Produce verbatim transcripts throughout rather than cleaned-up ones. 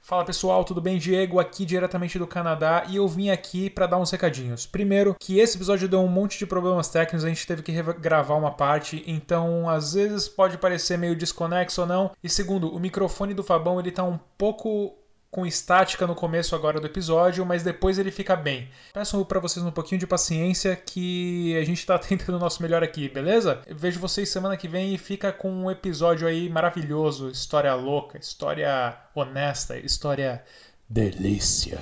Fala pessoal, tudo bem? Diego aqui diretamente do Canadá e eu vim aqui para dar uns recadinhos. Primeiro, que esse episódio deu um monte de problemas técnicos, a gente teve que gravar uma parte, então às vezes pode parecer meio desconexo ou não. E segundo, o microfone do Fabão ele tá um pouco com estática no começo agora do episódio, mas depois ele fica bem. Peço para vocês um pouquinho de paciência que a gente tá tentando o nosso melhor aqui, beleza? Eu vejo vocês semana que vem e fica com um episódio aí maravilhoso, história louca, história honesta, história delícia.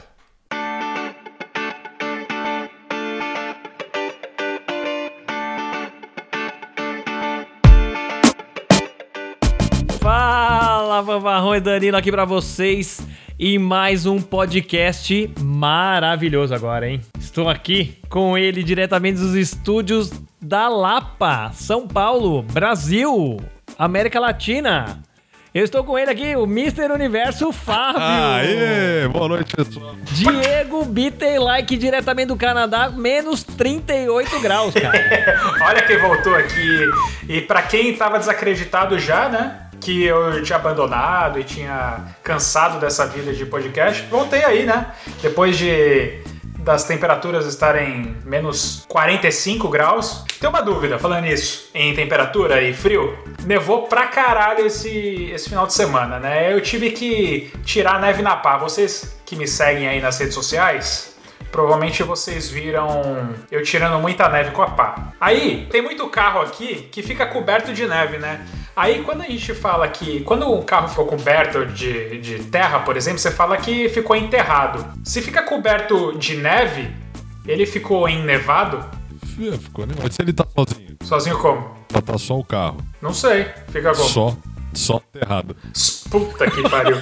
Fala, fanfarrões, Danilo aqui pra vocês e mais um podcast maravilhoso agora, hein? Estou aqui com ele diretamente dos estúdios da Lapa, São Paulo, Brasil, América Latina. Eu estou com ele aqui, o mister Universo Fábio. Aê, boa noite, pessoal. Diego Bitey Like, diretamente do Canadá, menos trinta e oito graus, cara. Olha quem voltou aqui. E pra quem tava desacreditado já, né? Que eu tinha abandonado e tinha cansado dessa vida de podcast, voltei aí, né? Depois de das temperaturas estarem menos quarenta e cinco graus. Tem uma dúvida, falando nisso, em temperatura e frio. Nevou pra caralho esse, esse final de semana, né? Eu tive que tirar a neve na pá. Vocês que me seguem aí nas redes sociais, provavelmente vocês viram eu tirando muita neve com a pá. Aí, tem muito carro aqui que fica coberto de neve, né? Aí, quando a gente fala que... Quando um carro ficou coberto de, de terra, por exemplo, você fala que ficou enterrado. Se fica coberto de neve, ele ficou ennevado? Ficou, né? Mas se ele tá sozinho? Sozinho como? Só tá só o carro. Não sei. Fica como? Só, só enterrado. Puta que pariu.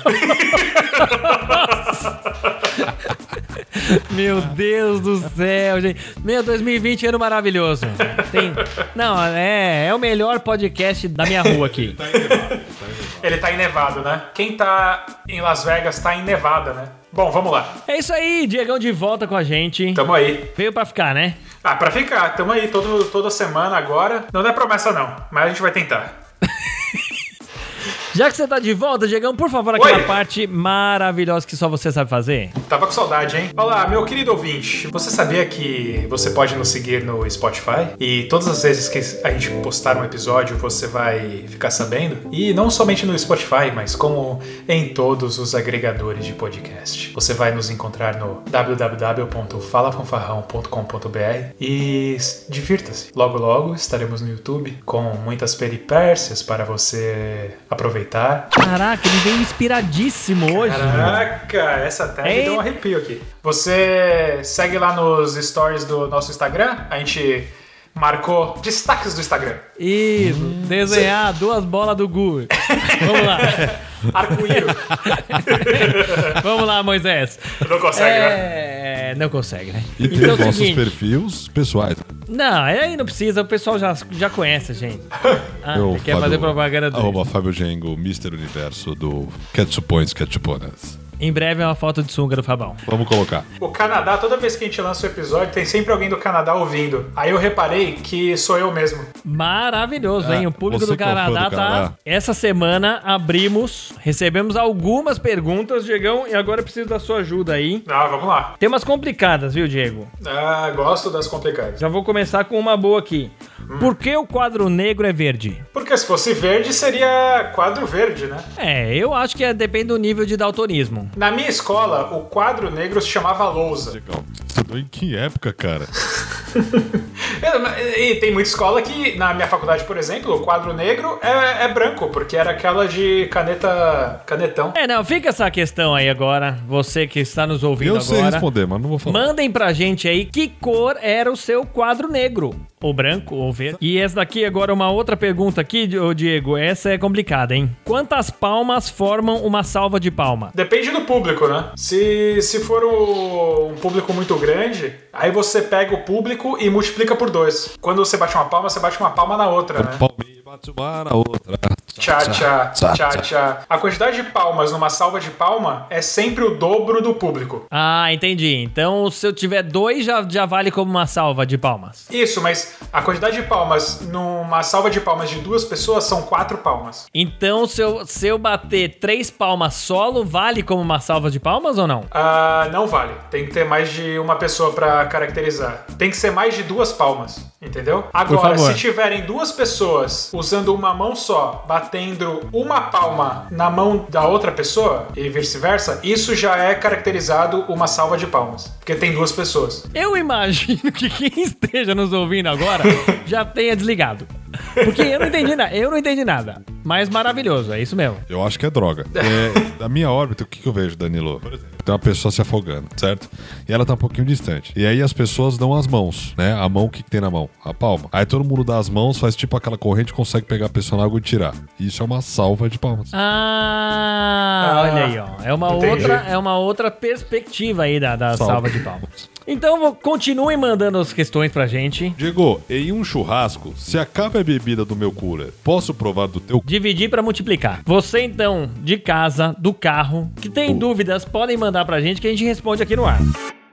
Meu Deus do céu, gente. Meu, dois mil e vinte, ano maravilhoso. Tem... Não, é, é o melhor podcast da minha rua aqui. Tá enevado, tá enevado. Ele tá enevado, né? Quem tá em Las Vegas tá em Nevada, né? Bom, vamos lá. É isso aí, Diegão de volta com a gente. Tamo aí. Veio pra ficar, né? Ah, pra ficar. Tamo aí todo, toda semana agora. Não é promessa não, mas a gente vai tentar. Já que você tá de volta, Diegão, por favor, aquela Oi. parte maravilhosa que só você sabe fazer. Tava com saudade, hein? Olá, meu querido ouvinte. Você sabia que você pode nos seguir no Spotify? E todas as vezes que a gente postar um episódio, você vai ficar sabendo? E não somente no Spotify, mas como em todos os agregadores de podcast. Você vai nos encontrar no w w w ponto fala fanfarrão ponto com ponto b r e divirta-se. Logo, logo estaremos no YouTube com muitas peripécias para você aproveitar. Caraca, ele veio inspiradíssimo hoje. Caraca, essa tag Ei. deu um arrepio aqui. Você segue lá nos stories do nosso Instagram? A gente marcou destaques do Instagram. Isso, hum, desenhar você... duas bolas do Gu. Vamos lá. Arco-íris. Vamos lá, Moisés. Não consegue, é... né? Não consegue, né? E tem então, os nossos seguinte... perfis pessoais. Não, aí não precisa, o pessoal já, já conhece a gente. Ah, Eu, quer Fábio, fazer propaganda do arroba Fábio Gengo, mister Universo do Ketchupões Ketchuponas. Em breve é uma foto de sunga do Fabão. Vamos colocar. O Canadá, toda vez que a gente lança o episódio, tem sempre alguém do Canadá ouvindo. Aí eu reparei que sou eu mesmo. Maravilhoso, É, hein? O público você do que é fã Canadá do tá... Canadá. Essa semana abrimos, recebemos algumas perguntas, Diegão, e agora eu preciso da sua ajuda aí. Ah, vamos lá. Tem umas complicadas, viu, Diego? Ah, gosto das complicadas. Já vou começar com uma boa aqui. Hum. Por que o quadro negro é verde? Porque se fosse verde, seria quadro verde, né? É, eu acho que é, depende do nível de daltonismo. Na minha escola, o quadro negro se chamava lousa. Legal. Estudou em que época, cara? E tem muita escola que, na minha faculdade, por exemplo, o quadro negro é, é branco, porque era aquela de caneta, canetão. É, não, fica essa questão aí agora, você que está nos ouvindo Eu agora. sei responder, mas não vou falar. Mandem pra gente aí que cor era o seu quadro negro. Ou branco, ou verde. E essa daqui agora uma outra pergunta aqui, Diego. Essa é complicada, hein? Quantas palmas formam uma salva de palma? Depende do público, né? Se, se for o, um público muito grande, aí você pega o público e multiplica por dois. Quando você bate uma palma, você bate uma palma na outra, né? Palminha bate uma na outra. Tchá, tchá, tchá, tchá. A quantidade de palmas numa salva de palma é sempre o dobro do público. Ah, entendi. Então, se eu tiver dois, já, já vale como uma salva de palmas. Isso, mas a quantidade de palmas numa salva de palmas de duas pessoas são quatro palmas. Então, se eu, se eu bater três palmas solo, vale como uma salva de palmas ou não? Ah, não vale. Tem que ter mais de uma pessoa pra caracterizar. Tem que ser mais de duas palmas, entendeu? Agora, se tiverem duas pessoas usando uma mão só, batendo uma palma na mão da outra pessoa e vice-versa, isso já é caracterizado uma salva de palmas, porque tem duas pessoas. Eu imagino que quem esteja nos ouvindo agora já tenha desligado. Porque eu não entendi nada. Eu não entendi nada. Mas maravilhoso, é isso mesmo. Eu acho que é droga. É, a minha órbita, o que, que eu vejo, Danilo? Por exemplo, tem uma pessoa se afogando, certo? E ela tá um pouquinho distante. E aí as pessoas dão as mãos, né? A mão, o que, que tem na mão? A palma. Aí todo mundo dá as mãos, faz tipo aquela corrente, consegue pegar a pessoa na água e tirar. Isso é uma salva de palmas. Ah, Ah, olha aí, ó. É uma, outra, é uma outra perspectiva aí da, da salva. salva de palmas. Então, vou- continuem mandando as questões pra gente. Diego, em um churrasco, se acaba a bebida do meu cooler, posso provar do teu? Dividir pra multiplicar. Você, então, de casa, do carro, que tem dúvidas, podem mandar pra gente que a gente responde aqui no ar.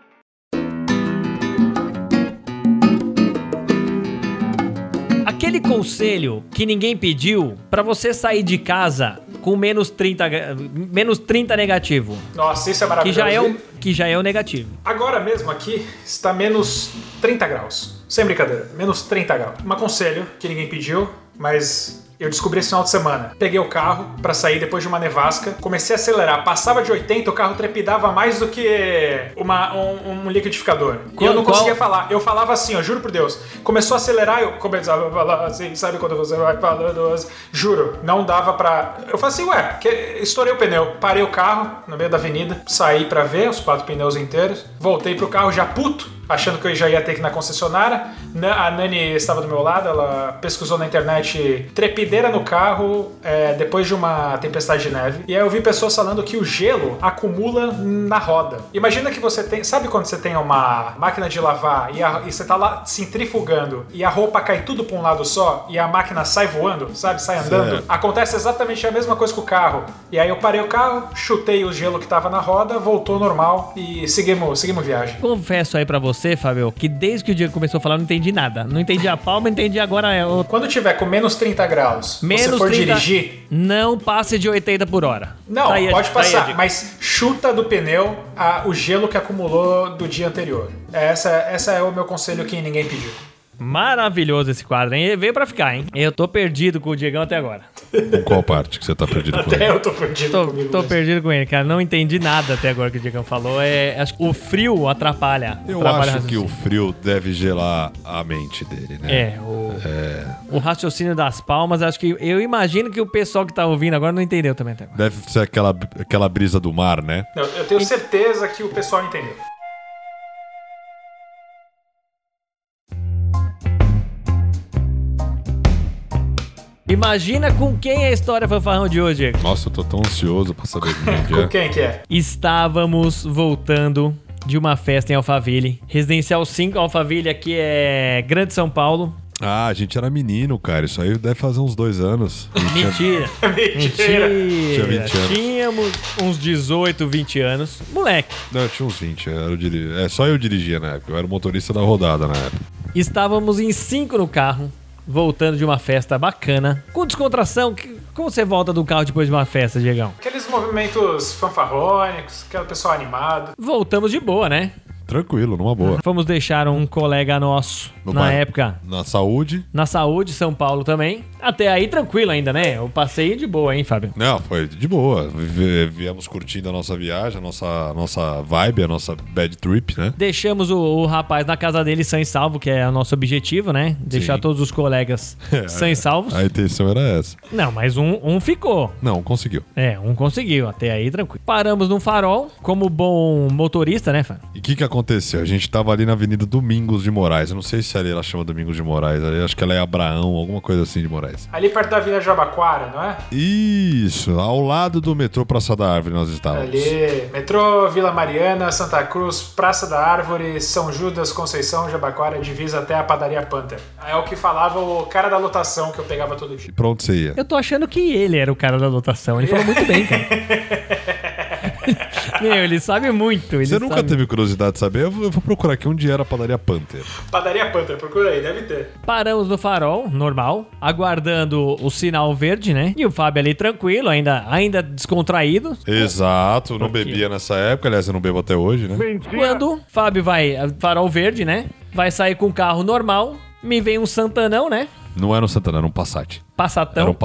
Aquele conselho que ninguém pediu pra você sair de casa com menos trinta, gra- menos trinta negativo. Nossa, isso é Que maravilhoso. já é, o, que já é o negativo. Agora mesmo aqui está menos trinta graus. Sem brincadeira, menos trinta graus. Um aconselho que ninguém pediu, mas eu descobri esse final de semana. Peguei o carro pra sair depois de uma nevasca, comecei a acelerar, passava de oitenta, o carro trepidava mais do que uma, um, um liquidificador. E Qual- eu não qual- conseguia falar. Eu falava assim, ó, juro por Deus. Começou a acelerar, eu começava a falar assim, sabe quando você vai falando assim? Juro, não dava pra... Eu falei assim, ué, que... estourei o pneu. Parei o carro no meio da avenida, saí pra ver os quatro pneus inteiros, voltei pro carro já puto, achando que eu já ia ter que ir na concessionária. Na- A Nani estava do meu lado, ela pesquisou na internet trepideira no carro é, depois de uma tempestade de neve. E aí eu vi pessoas falando que o gelo acumula na roda. Imagina que você tem... Sabe quando você tem uma máquina de lavar e, a- e você tá lá centrifugando e a roupa cai tudo pra um lado só e a máquina sai voando, sabe? Sai andando. Certo. Acontece exatamente a mesma coisa com o carro. E aí eu parei o carro, chutei o gelo que tava na roda, voltou normal e seguimos, seguimos viagem. Confesso aí pra você, Fábio, que desde que o Diego começou a falar, eu não entendi nada. Não entendi a palma, entendi agora é o... Quando tiver com menos trinta graus, Menos você for trinta dirigir, Não passe de oitenta por hora. não, Tá aí a- pode tá aí a passar, dica. mas chuta do pneu a- o gelo que acumulou do dia anterior. Essa, essa é o meu conselho que ninguém pediu. Maravilhoso esse quadro, hein? Ele veio pra ficar, hein? Eu tô perdido com o Diegão até agora. Com qual parte que você tá perdido com ele? Até eu tô perdido Tô, comigo tô mesmo. perdido com ele, cara. Não entendi nada até agora que o Diegão falou. É, acho que o frio atrapalha. Eu atrapalha acho que o raciocínio. frio deve gelar a mente dele, né? É, o, o raciocínio das palmas, acho que eu imagino que o pessoal que tá ouvindo agora não entendeu também até agora. Deve ser aquela, aquela brisa do mar, né? Eu, eu tenho certeza que o pessoal entendeu. Imagina com quem é a história fanfarrão de hoje, Diego. Nossa, eu tô tão ansioso pra saber quem que Com é. quem que é? Estávamos voltando de uma festa em Alphaville. Residencial cinco, Alphaville, aqui é Grande São Paulo. Ah, a gente era menino, cara. Isso aí deve fazer uns dois anos. A gente tinha- Mentira. Mentira. Tinha vinte anos. Tínhamos uns dezoito, vinte anos. Moleque. Não, eu tinha uns vinte. Eu era o diri- É, só eu dirigia na época. Eu era o motorista da rodada na época. Estávamos em cinco no carro, voltando de uma festa bacana. Com descontração, que- como você volta do carro depois de uma festa, Diegão? Aqueles movimentos fanfarrônicos, aquele pessoal animado. Voltamos de boa, né? Tranquilo, numa boa. Fomos deixar um colega nosso, No na bairro. época, Na saúde. na Saúde, São Paulo também. Até aí tranquilo ainda, né? Eu passei de boa, hein, Fábio? Não, foi de boa. Vi- Viemos curtindo a nossa viagem, a nossa, nossa vibe, a nossa bad trip, né? Deixamos o, o rapaz na casa dele sã e salvo, que é o nosso objetivo, né? Deixar Sim. todos os colegas sã e salvos. A intenção era essa. Não, mas um, um ficou. Não, conseguiu. É, um conseguiu, até aí tranquilo. Paramos num farol, como bom motorista, né, Fábio? E o que que aconteceu? A gente tava ali na Avenida Domingos de Moraes. Eu não sei se ali ela chama Domingos de Moraes. Ali, acho que ela é Abraão, alguma coisa assim de Moraes. atrás. Ali perto da Vila Jabaquara, não é? Isso, ao lado do metrô Praça da Árvore nós estávamos. Ali, metrô Vila Mariana, Santa Cruz, Praça da Árvore, São Judas, Conceição, Jabaquara, divisa até a padaria Panther. É o que falava o cara da lotação que eu pegava todo dia. E pra onde você ia? Eu tô achando que ele era o cara da lotação. Ele falou muito bem, cara. Meu, ele sabe muito. Ele Você nunca sabe. teve curiosidade de saber? Eu vou, eu vou procurar aqui onde era a padaria Panther. Padaria Panther, procura aí, deve ter. Paramos no farol, normal, aguardando o sinal verde, né? E o Fábio ali tranquilo, ainda, ainda descontraído. Exato, não Por quê? bebia nessa época, aliás, eu não bebo até hoje, né? Quando o Fábio vai, farol verde, né? Vai sair com o carro normal, me vem um Santanão, né? Não era um Santana, era um Passat. Passatão. Era um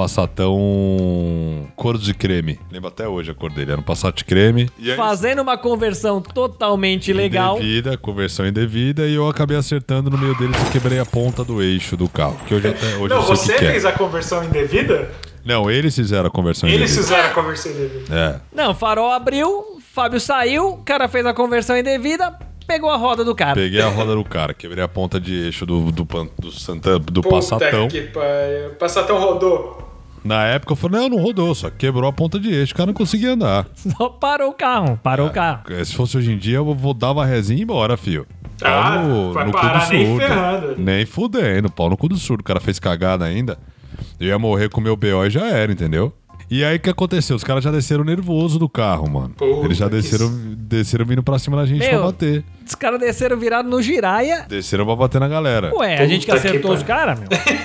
Passatão cor de creme. Lembro até hoje a cor dele. Era um Passat creme. E aí, Fazendo uma conversão totalmente legal. Indevida, conversão indevida. E eu acabei acertando no meio deles e quebrei a ponta do eixo do carro. Que hoje até hoje Não, eu sei você o que que fez é. a conversão indevida? Não, eles fizeram a conversão Eles indevida. fizeram a conversão indevida. É. Não, farol abriu, Fábio saiu, o cara fez a conversão indevida, pegou a roda do cara. Peguei a roda do cara, quebrei a ponta de eixo do, do, pan- do, Santana, do Puta Passatão. que pariu. Passatão rodou. Na época eu falei, não, não rodou, só quebrou a ponta de eixo, o cara não conseguia andar. Só parou o carro, parou o carro. Se fosse hoje em dia, eu vou dar uma resinha e ir embora, fio. Pau Ah, no, vai no cu parar do nem surdo. ferrando. Nem fudendo, pau no cu do surdo. O cara fez cagada ainda. Eu ia morrer com o meu B O e já era, entendeu? E aí o que aconteceu? Os caras já desceram nervoso do carro, mano. Puta Eles já que desceram, desceram vindo pra cima da gente Meu. pra bater. Os caras desceram virado no giraia. Desceram pra bater na galera. Ué, a gente que Puta que acertou os pariu. caras,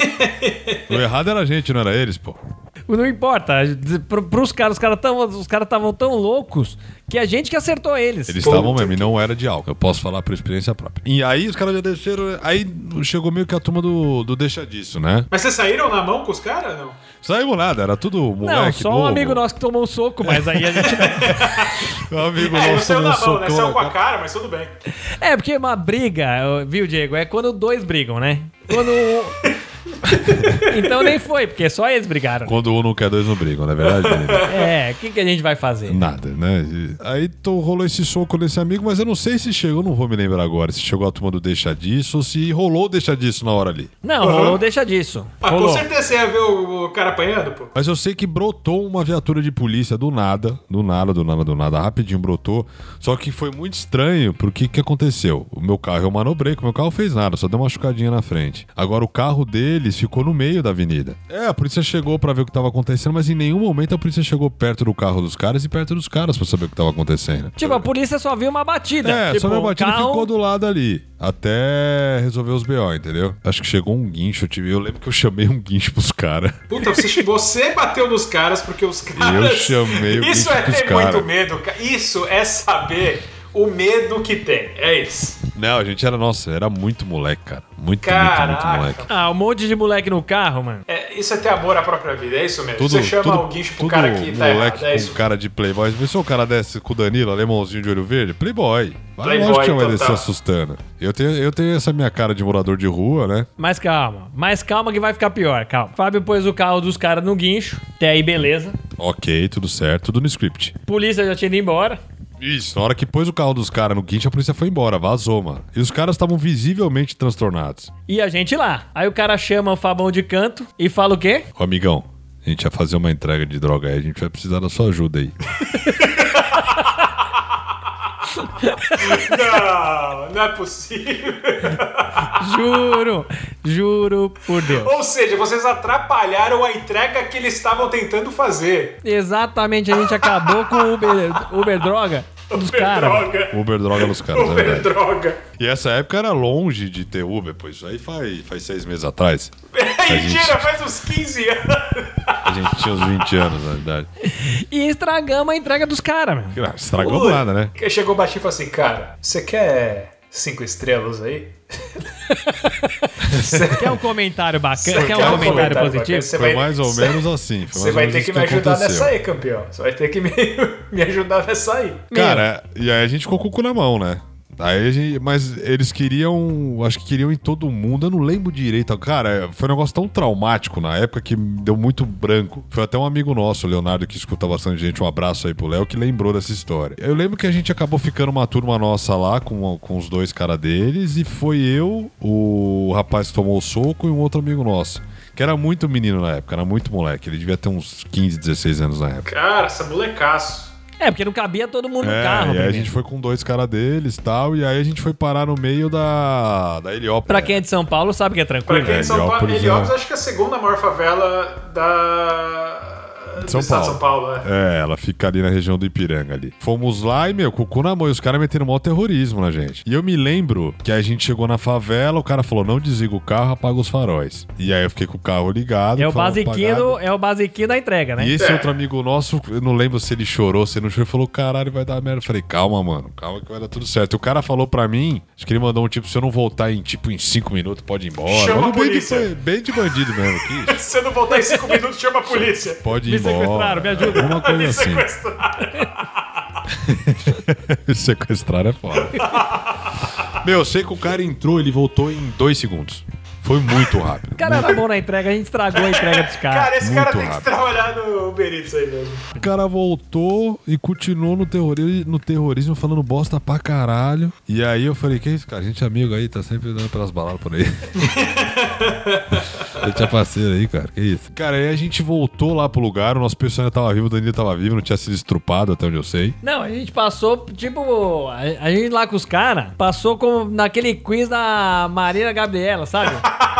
meu. O errado era a gente, não era eles, pô. Não importa. Pro, pros caras, os caras tão- os caras estavam tão loucos que a gente que acertou eles. Eles Puta estavam mesmo, e que- não era de álcool. Eu posso falar por experiência própria. E aí os caras já desceram. Aí chegou meio que a turma do, do deixa disso, né? Mas vocês saíram na mão com os caras, não? Saímos nada, era tudo moleque. Não, só um bobo. amigo nosso que tomou um soco, mas aí a gente não. Um amigo É, não nosso saiu tomou na um mão, né? socão Saiu na com a cara. cara, mas tudo bem. É, porque uma briga, viu, Diego? É quando dois brigam, né? Quando. Então nem foi, porque só eles brigaram. Quando um não quer, dois não brigam, não é verdade? É, o que, que a gente vai fazer? Nada, né? E aí tô, rolou esse soco nesse amigo, mas eu não sei se chegou, não vou me lembrar agora, se chegou a turma do deixa disso ou se rolou o deixa disso na hora ali. Não, Uhum. rolou, deixa disso. Ah, com Rolou. certeza você ia ver o, o cara apanhando, pô. Mas eu sei que brotou uma viatura de polícia do nada, do nada, do nada, do nada, rapidinho brotou. Só que foi muito estranho, porque o que aconteceu? O meu carro eu manobrei, o meu carro fez nada, só deu uma machucadinha na frente. Agora o carro deles ficou no meio da avenida. É, a polícia chegou pra ver o que tava acontecendo, mas em nenhum momento a polícia chegou perto do carro dos caras e perto dos caras pra saber o que tava acontecendo. Tipo, a polícia só viu uma batida. É, tipo, só minha batida carro... ficou do lado ali. Até resolver os B O, entendeu? Acho que chegou um guincho. Eu, tive, eu lembro que eu chamei um guincho pros caras. Puta, você, você bateu nos caras porque os caras... Eu chamei o Isso bicho é pros ter cara. muito medo, ca- isso é saber o medo que tem, é isso. Não, a gente era, nossa, era muito moleque, cara. Muito, Caraca. muito, muito moleque. Ah, um monte de moleque no carro, mano. É, isso é ter amor à própria vida, é isso mesmo. Tudo, você chama tudo, o guincho pro tudo cara que tá moleque errado, é com isso. cara de playboy. Se o cara desce com o Danilo, alemãozinho de olho verde, playboy. Vai, Playboy lógico que já vai total. descer assustando. Eu tenho, eu tenho essa minha cara de morador de rua, né? Mas calma, mais calma que vai ficar pior, calma. Fábio pôs o carro dos caras no guincho, até aí beleza. Ok, tudo certo, tudo no script. Polícia já tinha ido embora. Isso, na hora que pôs o carro dos caras no guincho, a polícia foi embora, vazou, mano. E os caras estavam visivelmente transtornados. E a gente lá. Aí o cara chama o Fabão de canto e fala o quê? Ô, amigão, a gente vai fazer uma entrega de droga aí, a gente vai precisar da sua ajuda aí. Não, não é possível. Juro, juro por Deus. Ou seja, vocês atrapalharam a entrega que eles estavam tentando fazer. Exatamente, a gente acabou com o Uber, Uber Droga dos Uber caras. droga. Uber droga nos caras, é Uber verdade. droga. E essa época era longe de ter Uber, pois isso aí faz, faz seis meses atrás. Mentira, faz uns quinze anos. A gente tinha uns vinte anos, na verdade. E estragamos a entrega dos caras, meu. Ah, estragou nada, né? Que chegou baixinho e falou assim, cara, você quer cinco estrelas aí? Cê- Quer um comentário bacana? Cê Quer quer um um comentário comentário positivo? bacana? Cê Foi vai- mais ou cê- menos assim. Foi Você mais vai ou ter menos que isso me ajudar aconteceu. nessa aí, campeão. Você vai ter que me, me ajudar nessa aí. Cara, e aí a gente ficou com o cu na mão, né? Aí a gente, mas eles queriam, acho que queriam em todo mundo, eu não lembro direito. Cara, foi um negócio tão traumático na época que deu muito branco. Foi até um amigo nosso, o Leonardo, que escuta bastante gente, um abraço aí pro Léo, que lembrou dessa história. Eu lembro que a gente acabou ficando uma turma nossa lá, com, com os dois caras deles, e foi eu, o rapaz que tomou o soco e um outro amigo nosso. Que era muito menino na época, era muito moleque. Ele devia ter uns quinze, dezesseis anos na época. Cara, essa molecaço. É, porque não cabia todo mundo no É, carro. e aí primeiro. a gente foi com dois caras deles e tal, e aí a gente foi parar no meio da, da Heliópolis. Pra quem é de São Paulo, sabe que é Pra tranquilo. quem é É, de São Paulo, Heliópolis, Heliópolis é. acho que é a segunda maior favela da... do São estado de Paulo. São Paulo, né? É, ela fica ali na região do Ipiranga ali. Fomos lá e, meu, com o cu na mão, e os caras meteram maior terrorismo na gente. E eu me lembro que a gente chegou na favela, o cara falou, não desliga o carro, apaga os faróis. E aí eu fiquei com o carro ligado. É o, falou, basiquinho apagado. do, é o basiquinho da entrega, né? E esse É. outro amigo nosso, eu não lembro se ele chorou, se ele não chorou, ele falou, caralho, vai dar merda. Eu falei, calma, mano, calma que vai dar tudo certo. E o cara falou pra mim, acho que ele mandou um tipo, se eu não voltar em, tipo, em cinco minutos, pode ir embora. Chama Falou a bem de, polícia. bem de bandido mesmo, que Se você não voltar em cinco minutos, chama a polícia. pode ir Me embora. sequestraram, me ajuda. Alguma coisa Me assim. sequestraram. Sequestrar é foda. Meu, eu sei que o cara entrou, ele voltou em dois segundos. Foi muito rápido. O cara era bom na entrega, a gente estragou a entrega dos caras. Cara, esse muito cara tem rápido. que trabalhar no Uber Eats aí mesmo. O cara voltou e continuou no terrorismo, no terrorismo falando bosta pra caralho. E aí eu falei, que isso, cara? A gente é amigo aí, tá sempre andando pelas baladas por aí. A gente é parceiro aí, cara. Que isso? Cara, aí a gente voltou lá pro lugar, o nosso pessoal ainda tava vivo, o Danilo tava vivo, não tinha sido estrupado até onde eu sei. Não, a gente passou, tipo, a, a gente lá com os caras, passou como naquele quiz da Marília Gabriela, sabe?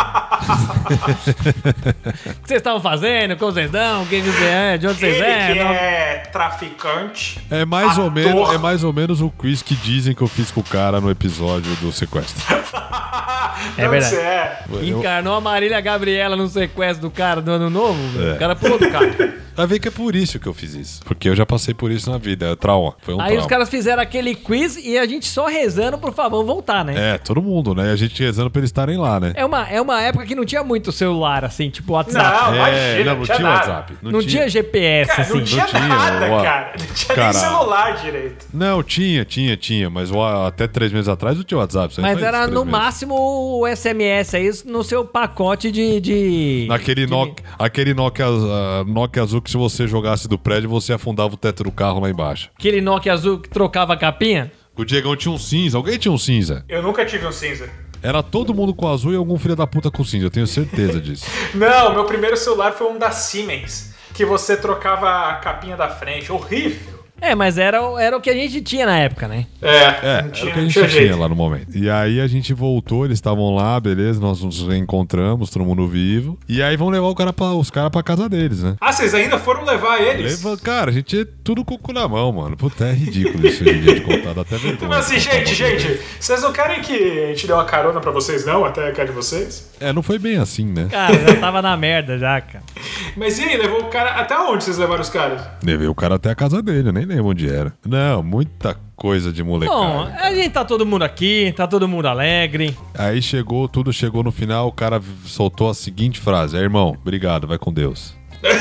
O que vocês estavam fazendo, como vocês dão, quem vocês é, de onde vocês Ele é. que não- é traficante. É mais ou Ator. menos, é mais ou menos o quiz que dizem que eu fiz com o cara no episódio do sequestro. É Não, verdade. você é. Eu- Encarnou a Marília Gabriela no sequestro do cara do ano novo, É. o cara pulou do carro. Vai ver que é por isso que eu fiz isso. Porque eu já passei por isso na vida. É trauma. Foi um Aí trauma. os caras fizeram aquele quiz e a gente só rezando pro Favão voltar, né? É, todo mundo, né? E a gente rezando pra eles estarem lá, né? É uma, é uma época que não tinha muito celular, assim, tipo WhatsApp. Não, É, imagina, não, não tinha nada. WhatsApp. Não, tinha G P S, Cara, assim. não tinha tinha, nada, ó. cara. Não tinha Caralho. nem celular direito. Não, tinha, tinha, tinha. Mas ó, até três meses atrás não tinha WhatsApp. isso aí Mas faz era três no meses. máximo o S M S aí no seu pacote de. de... Naquele de- Nokia, aquele Nokia, ah, Nokia azul que se você jogasse do prédio, você afundava o teto do carro lá embaixo. Aquele Nokia azul que trocava a capinha. O Diegão tinha um cinza. Alguém tinha um cinza? Eu nunca tive um cinza. Era todo mundo com azul e algum filho da puta com cinza. Eu tenho certeza disso. Não, meu primeiro celular foi um da Siemens, que você trocava a capinha da frente. Horrível. É, mas era, o- era o que a gente tinha na época, né? É, É, não era tinha, o que a não gente tinha tinha jeito. lá no momento. E aí a gente voltou, eles estavam lá, beleza, nós nos reencontramos, todo mundo vivo. E aí vão levar o cara pra, os caras pra casa deles, né? Ah, vocês ainda foram levar eles? Leva, cara, a gente é tudo com o cu na mão, mano. Puta, é ridículo isso hoje em dia de contar, dá até vergonha. Mas assim, de contar gente, uma coisa gente, vocês não querem que a gente dê uma carona pra vocês, não? Até a casa de vocês? É, não foi bem assim, né? Cara, já tava na merda já, cara. Mas e aí, levou o cara... Até onde vocês levaram os caras? Levei o cara até a casa dele, eu nem lembro onde era. Não, muita coisa de molecada. Bom, a gente tá todo mundo aqui, tá todo mundo alegre. Aí chegou, tudo chegou no final, o cara soltou a seguinte frase: é, irmão, obrigado, vai com Deus.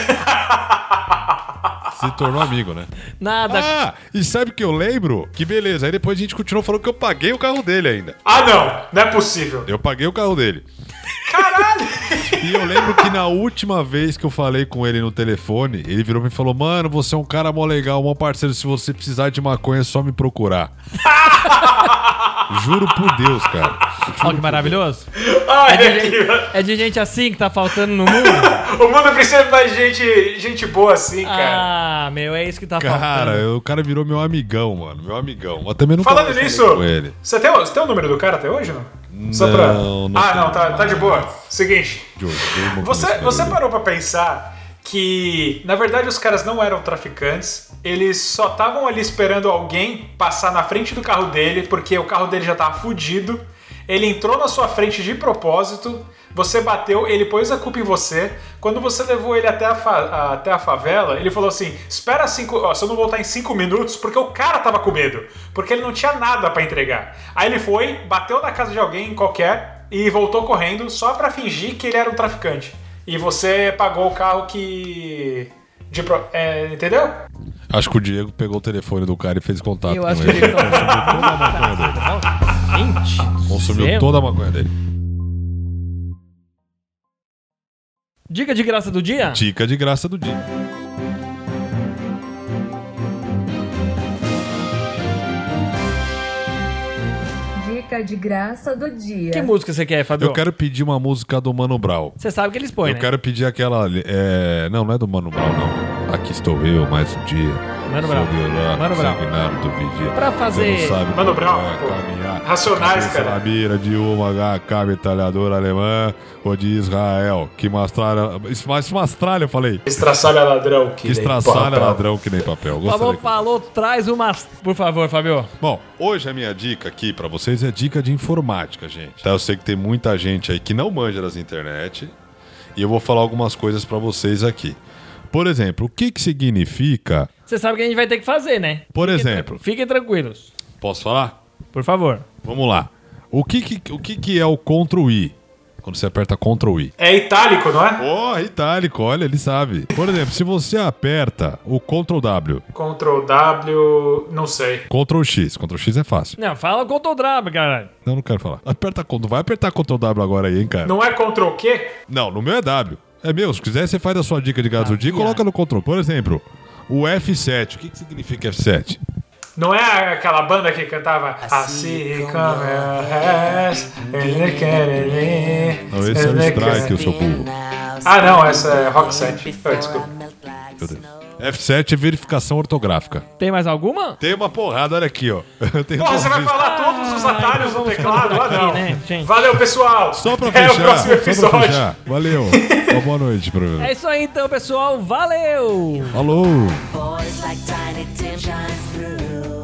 Se tornou amigo, né? Nada. Ah, e sabe o que eu lembro? Que beleza, aí depois a gente continuou falando que eu paguei o carro dele ainda. Ah, não! Não é possível. Eu paguei o carro dele. Caralho! E eu lembro que na última vez que eu falei com ele no telefone, ele virou pra mim e falou: mano, você é um cara mó legal, mó parceiro, se você precisar de maconha é só me procurar. Juro por Deus, cara. Olha que maravilhoso. Ai, É de, é gente, que- é de gente assim que tá faltando no mundo. o mundo precisa de mais gente, gente boa assim, cara. Ah, meu, é isso que tá Cara, faltando. eu- o cara virou meu amigão, mano. Meu amigão. Mas também nunca Falando mais falei nisso, com ele. você tem, o- você tem o número do cara até hoje, não? Só Não, pra... não Ah, tenho. não, tá, tá de boa. Seguinte, Diogo, durma com você, esse você barulho. parou pra pensar que, na verdade, os caras não eram traficantes, eles só estavam ali esperando alguém passar na frente do carro dele, porque o carro dele já tava fudido, ele entrou na sua frente de propósito, você bateu, ele pôs a culpa em você, quando você levou ele até a, fa- a- até a favela, ele falou assim, espera cinco, ó, se eu não voltar em cinco minutos, porque o cara tava com medo, porque ele não tinha nada pra entregar. Aí ele foi, bateu na casa de alguém qualquer e voltou correndo só pra fingir que ele era um traficante. E você pagou o carro que... De pro... é, entendeu? Acho que o Diego pegou o telefone do cara e fez contato Eu com acho ele. que ele tá- Consumiu toda a maconha dele. Gente, do Consumiu céu. toda a maconha dele. Dica de graça do dia? Dica de graça do dia. Dica de graça do dia. Que música você quer, Fabio? Eu quero pedir uma música do Mano Brown. Você sabe que eles põem, Eu né? quero pedir aquela. É... Não, não é do Mano Brown, não. Aqui estou eu, mais um dia. Mano Brown. Sob o lar, Mano Brown. sanguinário do vigia. Pra fazer- Você não sabe Mano como Brown, é pô. caminhar. Racionais, Cabeça cara. na mira de uma H K metralhadora alemã ou de Israel. Que mastralha. Mais mastralha, eu falei. Estraçalha ladrão. Que estraçalha ladrão que nem papel. Por Gostaria favor, que- falou, traz uma... Por favor, Fabio. Bom, hoje a minha dica aqui pra vocês é dica de informática, gente. Tá? Eu sei que tem muita gente aí que não manja das internet e eu vou falar algumas coisas pra vocês aqui. Por exemplo, o que que significa... Você sabe que a gente vai ter que fazer, né? Por Fiquem exemplo. tra- Fiquem tranquilos. Posso falar? Por favor. Vamos lá. O que que, o que que é o Ctrl I? Quando você aperta Ctrl I. É itálico, não é? Oh, itálico, olha, ele sabe. Por exemplo, se você aperta o Ctrl W, Ctrl W, não sei. Ctrl X, Ctrl X é fácil. Não, fala com o Drama, caralho. Não, não quero falar. Aperta Ctrl, vai apertar Ctrl W agora aí, hein, cara. Não é Ctrl Q? Não, no meu é W. É meu, se quiser você faz a sua dica de gato do dia e coloca no Ctrl. Por exemplo, o F sete. O que que significa F sete? Não é aquela banda que cantava Assim como é ele quer. Não, esse é o Strike, eu sou burro. Ah, não, essa é Rock sete. Oh, desculpa. Meu Deus. F sete é verificação ortográfica. Tem mais alguma? Tem uma porrada, olha aqui, ó. Eu tenho Porra, todos você vai isso. falar todos os atalhos do teclado? Ah, aqui, não. né, gente? Valeu, pessoal. Só pra Até fechar, o próximo só pra episódio. fechar. Valeu. Uma boa noite pra É isso aí então, pessoal. Valeu! Falou. Boys like Tiny Tim shine through.